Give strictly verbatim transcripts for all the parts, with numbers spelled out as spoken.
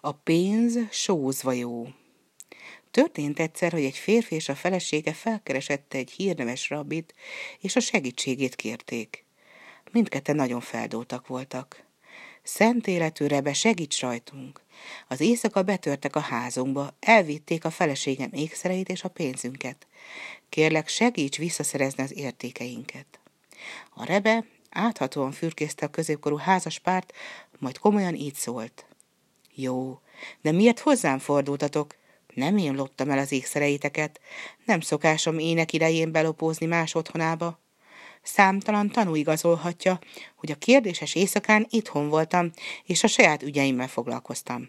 A pénz sózva jó. Történt egyszer, hogy egy férfi és a felesége felkeresette egy hírneves rabbit, és a segítségét kérték. Mindketten nagyon feldúltak voltak. Szent életű Rebe, segíts rajtunk! Az éjszaka betörtek a házunkba, elvitték a feleségem ékszereit és a pénzünket. Kérlek, segíts visszaszerezni az értékeinket. A Rebe áthatóan fürkészte a középkorú házaspárt, majd komolyan így szólt. Jó, de miért hozzám fordultatok? Nem én loptam el az ékszereiteket, nem szokásom ének idején belopózni más otthonába. Számtalan tanú igazolhatja, hogy a kérdéses éjszakán itthon voltam, és a saját ügyeimmel foglalkoztam.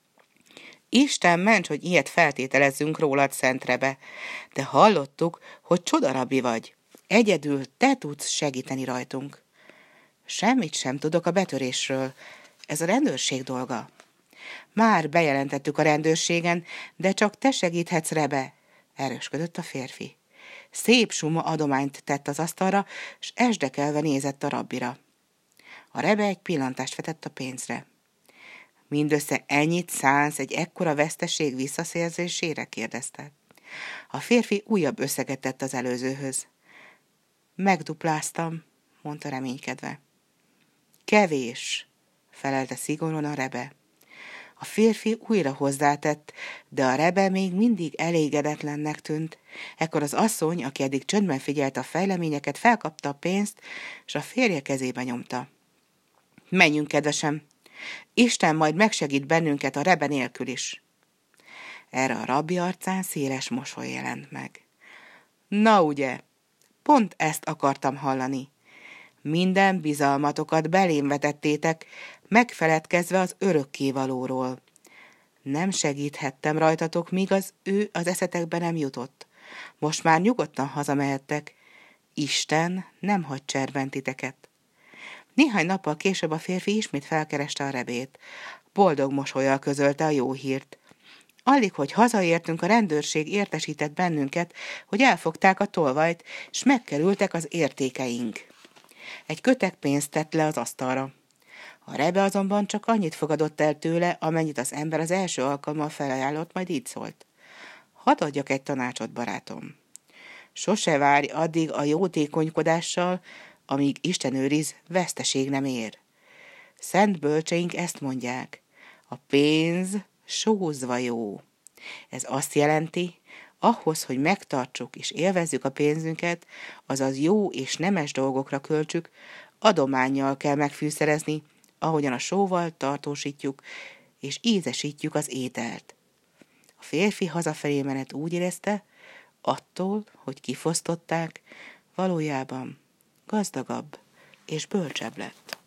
Isten ments, hogy ilyet feltételezzünk rólad, Szent Rebe, de hallottuk, hogy csodarabbi vagy. Egyedül te tudsz segíteni rajtunk. Semmit sem tudok a betörésről, ez a rendőrség dolga. Már bejelentettük a rendőrségen, de csak te segíthetsz, Rebe, erősködött a férfi. Szép suma adományt tett az asztalra, s esdekelve nézett a rabbira. A Rebe egy pillantást vetett a pénzre. Mindössze ennyit szánsz egy ekkora veszteség visszaszerzésére? Kérdezte. A férfi újabb összeget tett az előzőhöz. Megdupláztam, mondta reménykedve. Kevés, felelte szigorúan a Rebe. A férfi újra hozzátett, de a Rebe még mindig elégedetlennek tűnt. Ekkor az asszony, aki eddig csöndben figyelte a fejleményeket, felkapta a pénzt, és a férje kezébe nyomta. Menjünk, kedvesem! Isten majd megsegít bennünket a Rebe nélkül is. Erre a rabbi arcán széles mosoly jelent meg. Na ugye, pont ezt akartam hallani. Minden bizalmatokat belém vetettétek, megfeledkezve az örökkévalóról. Nem segíthettem rajtatok, míg az ő az eszetekbe nem jutott. Most már nyugodtan hazamehettek. Isten nem hagy cserben titeket. Néhány nappal később a férfi ismét felkereste a Rebét. Boldog mosollyal közölte a jó hírt. Alig, hogy hazaértünk, a rendőrség értesített bennünket, hogy elfogták a tolvajt, s megkerültek az értékeink. Egy kötek pénzt tett le az asztalra. A Rebe azonban csak annyit fogadott el tőle, amennyit az ember az első alkalommal felajánlott, majd így szólt. Hadd adjak egy tanácsot, barátom. Sose várj addig a jótékonykodással, amíg Isten őriz, veszteség nem ér. Szent bölcseink ezt mondják. A pénz sózva jó. Ez azt jelenti, ahhoz, hogy megtartsuk és élvezzük a pénzünket, azaz jó és nemes dolgokra költsük, adománnyal kell megfűszerezni, ahogyan a sóval tartósítjuk és ízesítjük az ételt. A férfi hazafelé menet úgy érezte, attól, hogy kifosztották, valójában gazdagabb és bölcsebb lett.